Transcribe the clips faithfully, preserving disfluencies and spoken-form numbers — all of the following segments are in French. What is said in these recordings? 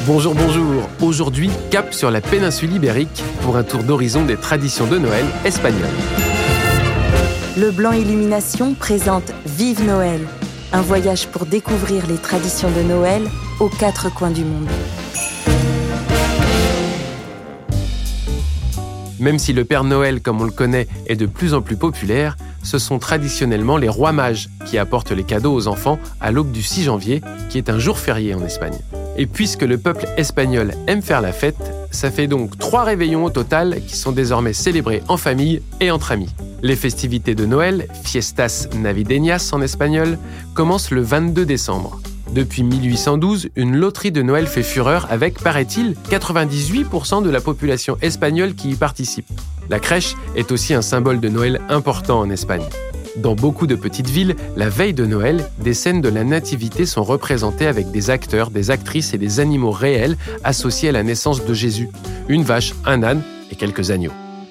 Bonjour, bonjour. Aujourd'hui, cap sur la péninsule ibérique pour un tour d'horizon des traditions de Noël espagnoles. Leblanc Illumination présente Vive Noël, un voyage pour découvrir les traditions de Noël aux quatre coins du monde. Même si le Père Noël, comme on le connaît, est de plus en plus populaire, ce sont traditionnellement les rois mages qui apportent les cadeaux aux enfants à l'aube du six janvier, qui est un jour férié en Espagne. Et puisque le peuple espagnol aime faire la fête, ça fait donc trois réveillons au total qui sont désormais célébrés en famille et entre amis. Les festivités de Noël, Fiestas Navideñas en espagnol, commencent le vingt-deux décembre. Depuis mille huit cent douze, une loterie de Noël fait fureur avec, paraît-il, quatre-vingt-dix-huit pour cent de la population espagnole qui y participe. La crèche est aussi un symbole de Noël important en Espagne. Dans beaucoup de petites villes, la veille de Noël, des scènes de la nativité sont représentées avec des acteurs, des actrices et des animaux réels associés à la naissance de Jésus. Une vache, un âne et quelques agneaux.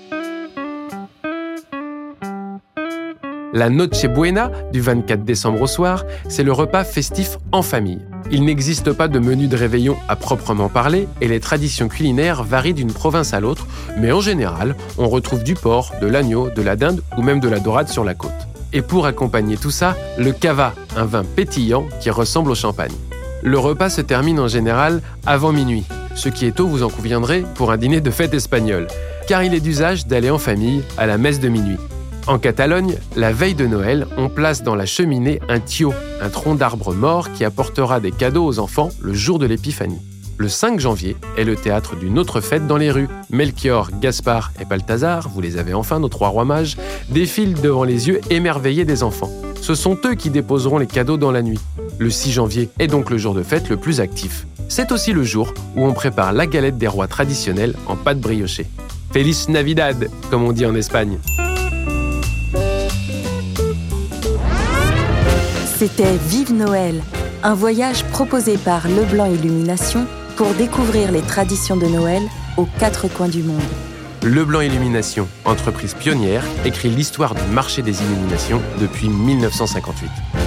La Nochebuena, du vingt-quatre décembre au soir, c'est le repas festif en famille. Il n'existe pas de menu de réveillon à proprement parler et les traditions culinaires varient d'une province à l'autre, mais en général, on retrouve du porc, de l'agneau, de la dinde ou même de la dorade sur la côte. Et pour accompagner tout ça, le cava, un vin pétillant qui ressemble au champagne. Le repas se termine en général avant minuit, ce qui est tôt, vous en conviendrez, pour un dîner de fête espagnol, car il est d'usage d'aller en famille à la messe de minuit. En Catalogne, la veille de Noël, on place dans la cheminée un tio, un tronc d'arbre mort qui apportera des cadeaux aux enfants le jour de l'Épiphanie. Le cinq janvier est le théâtre d'une autre fête dans les rues. Melchior, Gaspard et Balthazar, vous les avez enfin, nos trois rois mages, défilent devant les yeux émerveillés des enfants. Ce sont eux qui déposeront les cadeaux dans la nuit. Le six janvier est donc le jour de fête le plus actif. C'est aussi le jour où on prépare la galette des rois traditionnelle en pâte briochée. Feliz Navidad, comme on dit en Espagne. C'était Vive Noël, un voyage proposé par Leblanc Illumination pour découvrir les traditions de Noël aux quatre coins du monde. Leblanc Illumination, entreprise pionnière, écrit l'histoire du marché des illuminations depuis mille neuf cent cinquante-huit.